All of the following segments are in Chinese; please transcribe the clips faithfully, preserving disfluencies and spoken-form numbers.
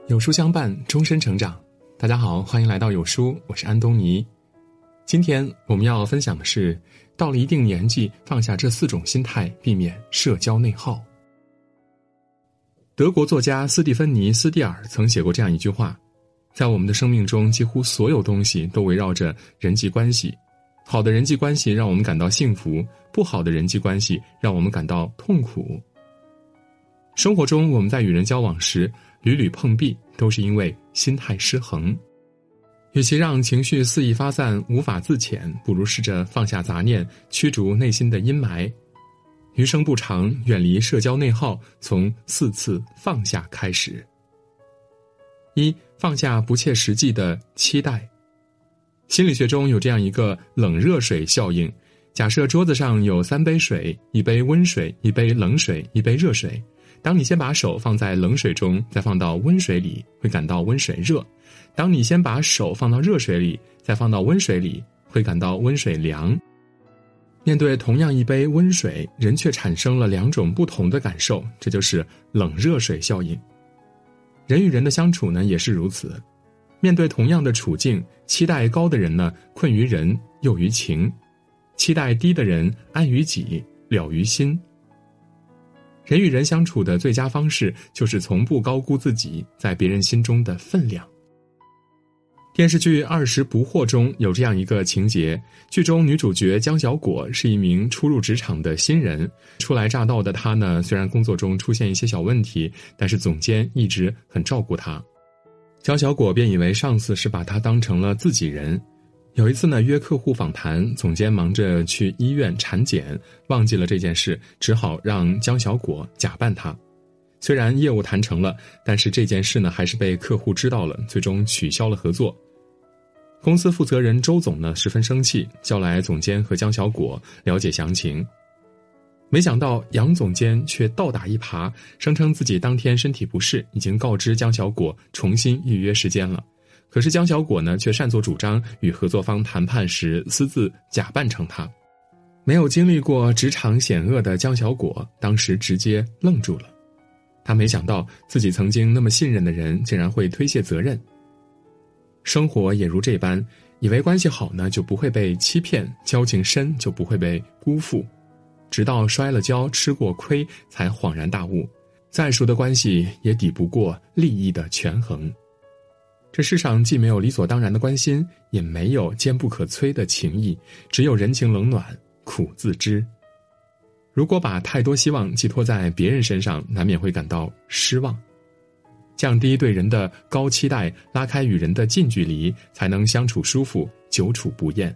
有书相伴，终身成长。大家好，欢迎来到有书，我是安东尼。今天我们要分享的是，到了一定年纪，放下这四种心态，避免社交内耗。德国作家斯蒂芬妮·斯蒂尔曾写过这样一句话：在我们的生命中，几乎所有东西都围绕着人际关系。好的人际关系让我们感到幸福，不好的人际关系让我们感到痛苦。生活中，我们在与人交往时屡屡碰壁，都是因为心态失衡。与其让情绪肆意发散，无法自遣，不如试着放下杂念，驱逐内心的阴霾。余生不长，远离社交内耗，从四次放下开始。一、放下不切实际的期待。心理学中有这样一个冷热水效应，假设桌子上有三杯水，一杯温水，一杯冷水，一杯热水。当你先把手放在冷水中，再放到温水里，会感到温水热；当你先把手放到热水里，再放到温水里，会感到温水凉。面对同样一杯温水，人却产生了两种不同的感受，这就是冷热水效应。人与人的相处呢，也是如此。面对同样的处境，期待高的人呢，困于人，囿于情；期待低的人，安于己，了于心。人与人相处的最佳方式，就是从不高估自己在别人心中的分量。电视剧《二十不惑》中有这样一个情节，剧中女主角江小果是一名初入职场的新人，初来乍到的她呢，虽然工作中出现一些小问题，但是总监一直很照顾她。江小果便以为上司是把她当成了自己人。有一次呢，约客户访谈，总监忙着去医院产检，忘记了这件事，只好让江小果假扮他。虽然业务谈成了，但是这件事呢，还是被客户知道了，最终取消了合作。公司负责人周总呢，十分生气，叫来总监和江小果了解详情。没想到杨总监却倒打一耙，声称自己当天身体不适，已经告知江小果重新预约时间了。可是江小果呢，却擅作主张，与合作方谈判时私自假扮成他。没有经历过职场险恶的江小果，当时直接愣住了。他没想到自己曾经那么信任的人，竟然会推卸责任。生活也如这般，以为关系好呢，就不会被欺骗，交情深就不会被辜负。直到摔了跤，吃过亏，才恍然大悟，再熟的关系也抵不过利益的权衡。这世上既没有理所当然的关心，也没有坚不可摧的情谊，只有人情冷暖，苦自知。如果把太多希望寄托在别人身上，难免会感到失望。降低对人的高期待，拉开与人的近距离，才能相处舒服，久处不厌。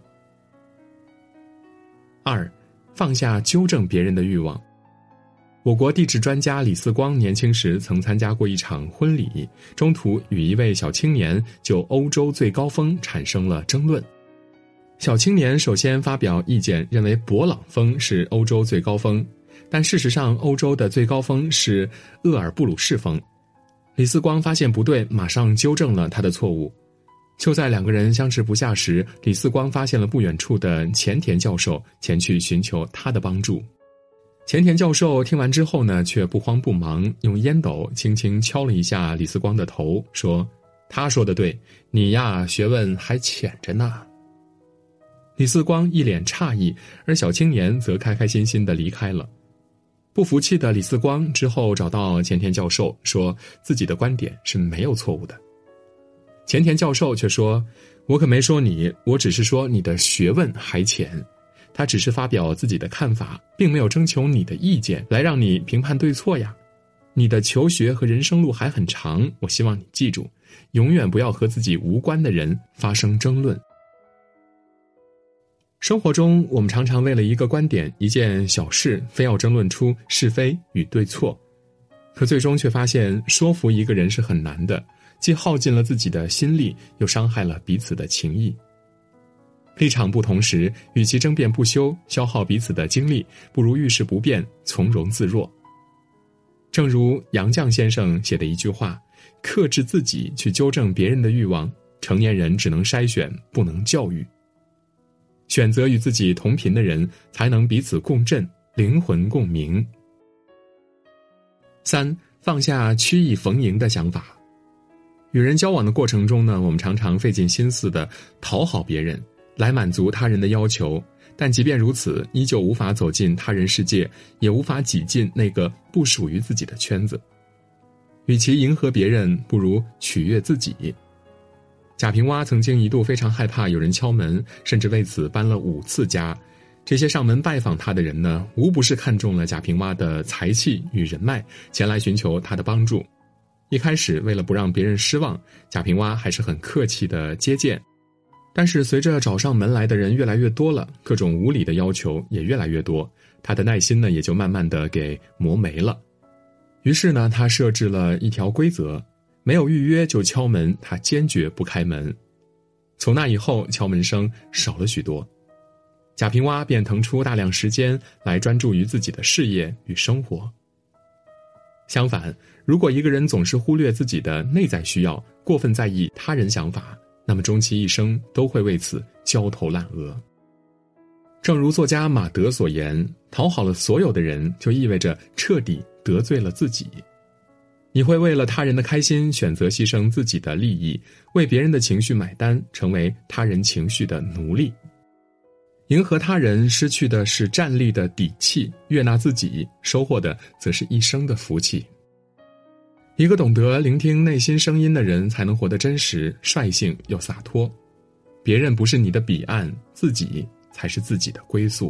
二、放下纠正别人的欲望。我国地质专家李四光年轻时曾参加过一场婚礼，中途与一位小青年就欧洲最高峰产生了争论。小青年首先发表意见，认为勃朗峰是欧洲最高峰，但事实上欧洲的最高峰是厄尔布鲁士峰。李四光发现不对，马上纠正了他的错误。就在两个人相持不下时，李四光发现了不远处的前田教授，前去寻求他的帮助。前田教授听完之后呢，却不慌不忙，用烟斗轻轻敲了一下李四光的头，说：他说的对，你呀，学问还浅着呢。李四光一脸诧异，而小青年则开开心心地离开了。不服气的李四光之后找到前田教授，说自己的观点是没有错误的。前田教授却说：我可没说你，我只是说你的学问还浅。他只是发表自己的看法，并没有征求你的意见来让你评判对错呀。你的求学和人生路还很长，我希望你记住，永远不要和自己无关的人发生争论。生活中，我们常常为了一个观点、一件小事，非要争论出是非与对错，可最终却发现说服一个人是很难的，既耗尽了自己的心力，又伤害了彼此的情谊。立场不同时，与其争辩不休，消耗彼此的精力，不如遇事不变，从容自若。正如杨绛先生写的一句话：克制自己去纠正别人的欲望，成年人只能筛选，不能教育。选择与自己同频的人，才能彼此共振，灵魂共鸣。三、放下曲意逢迎的想法。 与人交往的过程中呢，我们常常费尽心思的讨好别人，来满足他人的要求，但即便如此，依旧无法走进他人世界，也无法挤进那个不属于自己的圈子。与其迎合别人，不如取悦自己。贾平凹曾经一度非常害怕有人敲门，甚至为此搬了五次家。这些上门拜访他的人呢，无不是看中了贾平凹的才气与人脉，前来寻求他的帮助。一开始为了不让别人失望，贾平凹还是很客气的接见。但是随着找上门来的人越来越多了，各种无理的要求也越来越多，他的耐心呢也就慢慢的给磨没了。于是呢，他设置了一条规则，没有预约就敲门，他坚决不开门。从那以后，敲门声少了许多，贾平凹便腾出大量时间来专注于自己的事业与生活。相反，如果一个人总是忽略自己的内在需要，过分在意他人想法，那么终其一生都会为此焦头烂额。正如作家马德所言，讨好了所有的人，就意味着彻底得罪了自己。你会为了他人的开心选择牺牲自己的利益，为别人的情绪买单，成为他人情绪的奴隶。迎合他人失去的是站立的底气，悦纳自己收获的则是一生的福气。一个懂得聆听内心声音的人，才能活得真实、率性又洒脱。别人不是你的彼岸，自己才是自己的归宿。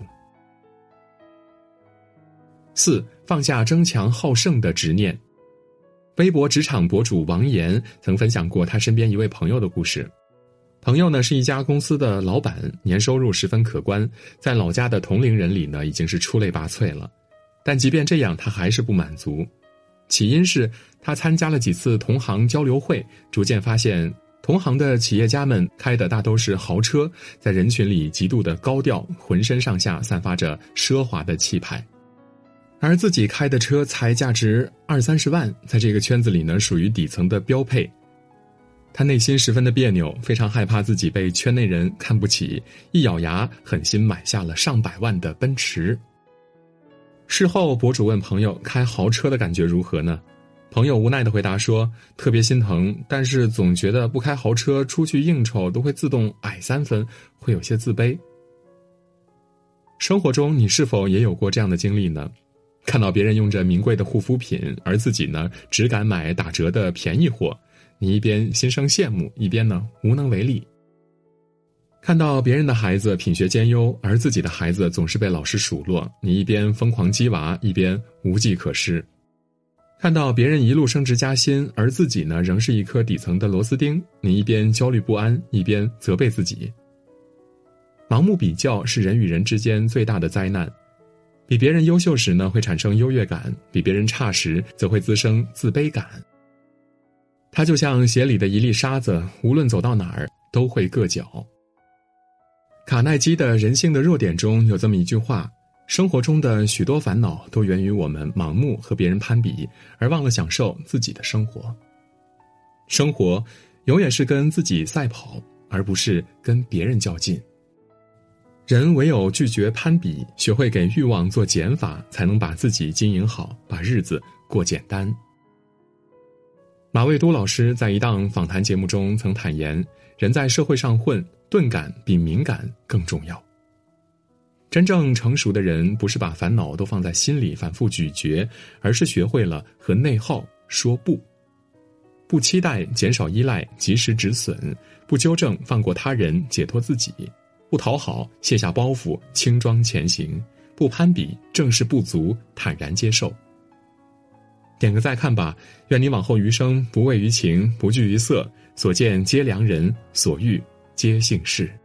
四、放下争强好胜的执念。微博职场博主王岩曾分享过他身边一位朋友的故事。朋友呢是一家公司的老板，年收入十分可观，在老家的同龄人里呢已经是出类拔萃了。但即便这样，他还是不满足。起因是他参加了几次同行交流会，逐渐发现同行的企业家们开的大都是豪车，在人群里极度的高调，浑身上下散发着奢华的气派。而自己开的车才价值二三十万，在这个圈子里呢属于底层的标配。他内心十分的别扭，非常害怕自己被圈内人看不起，一咬牙狠心买下了上百万的奔驰。事后博主问朋友开豪车的感觉如何呢？朋友无奈地回答说，特别心疼，但是总觉得不开豪车出去应酬都会自动矮三分，会有些自卑。生活中你是否也有过这样的经历呢？看到别人用着名贵的护肤品，而自己呢只敢买打折的便宜货，你一边心生羡慕，一边呢无能为力。看到别人的孩子品学兼优，而自己的孩子总是被老师数落，你一边疯狂鸡娃，一边无计可施。看到别人一路升职加薪，而自己呢仍是一颗底层的螺丝钉，你一边焦虑不安，一边责备自己。盲目比较是人与人之间最大的灾难。比别人优秀时呢会产生优越感，比别人差时则会滋生自卑感。它就像鞋里的一粒沙子，无论走到哪儿都会硌脚。卡耐基的《人性的弱点》中有这么一句话，生活中的许多烦恼都源于我们盲目和别人攀比，而忘了享受自己的生活。生活永远是跟自己赛跑，而不是跟别人较劲。人唯有拒绝攀比，学会给欲望做减法，才能把自己经营好，把日子过简单。马未都老师在一档访谈节目中曾坦言，人在社会上混，钝感比敏感更重要。真正成熟的人，不是把烦恼都放在心里反复咀嚼，而是学会了和内耗说不。不期待，减少依赖，及时止损；不纠正，放过他人，解脱自己；不讨好，卸下包袱，轻装前行；不攀比，正视不足，坦然接受。点个再看吧，愿你往后余生不畏于情，不惧于色，所见皆良人，所遇皆幸事。